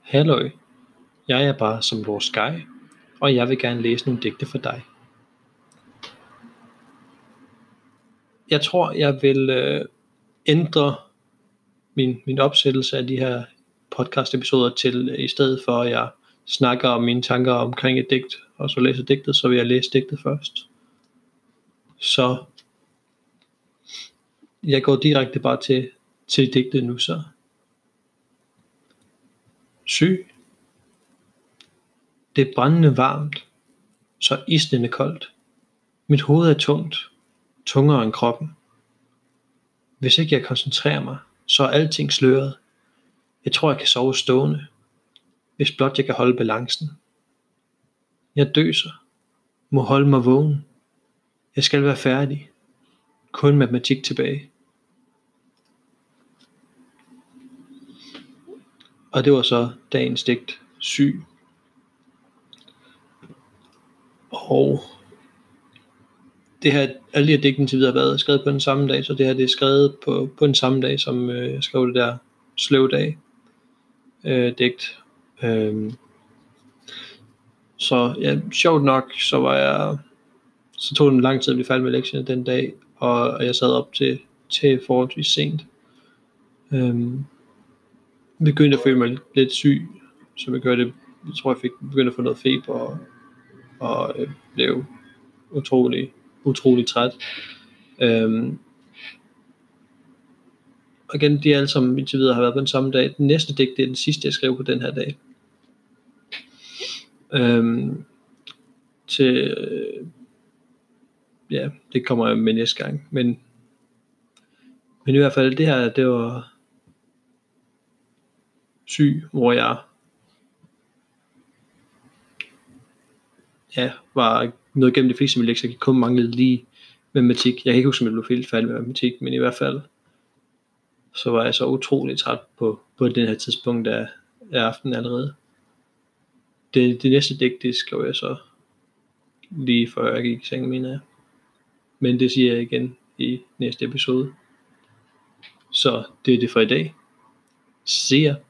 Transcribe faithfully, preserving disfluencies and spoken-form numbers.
Halløj, jeg er bare som vores guy, og jeg vil gerne læse nogle digte for dig. Jeg tror, jeg vil øh, ændre min, min opsættelse af de her podcast-episoder til, øh, i stedet for at jeg snakker om mine tanker omkring et digt, og så læser digtet, så vil jeg læse digtet først. Så jeg går direkte bare til, til digtet nu så. Syg. Det er brændende varmt, så isnende koldt. Mit hoved er tungt, tungere end kroppen. Hvis ikke jeg koncentrerer mig, så er alting sløret. Jeg tror, jeg kan sove stående, hvis blot jeg kan holde balancen. Jeg døser, må holde mig vågen. Jeg skal være færdig. Kun matematik tilbage. Og det var så dagens digt, Syg. Og det her, alle de her digten til videre har været skrevet på den samme dag, så det her det er skrevet på, på den samme dag, som øh, jeg skrev det der sløvdag øh, digt. Øh, så ja, sjovt nok, så var jeg, så tog det lang tid at blive færdig med lektierne den dag, og jeg sad op til, til forholdsvis sent. Øh, begyndte at føle mig lidt, lidt syg, så jeg gjorde det, jeg tror jeg fik begyndte at få noget feber, og, og øh, blev utrolig, utrolig træt. Øhm, og igen, de alle sammen indtil videre har været på den samme dag. Den næste digt, det er den sidste jeg skrev på den her dag. Øhm, til øh, ja, det kommer jeg med næste gang. Men, men i hvert fald det her, det var Syg, hvor jeg ja, var noget gennem det fleste af mine lektier. Jeg kun manglede lige matematik. Jeg kan ikke huske, om jeg blev helt færdig med matematik, men i hvert fald så var jeg så utrolig træt på, på den her tidspunkt af, af aftenen allerede. Det, det næste digt, det skrev jeg så lige før jeg gik i seng, mener jeg. Men det siger jeg igen i næste episode. Så det er det for i dag. See ya.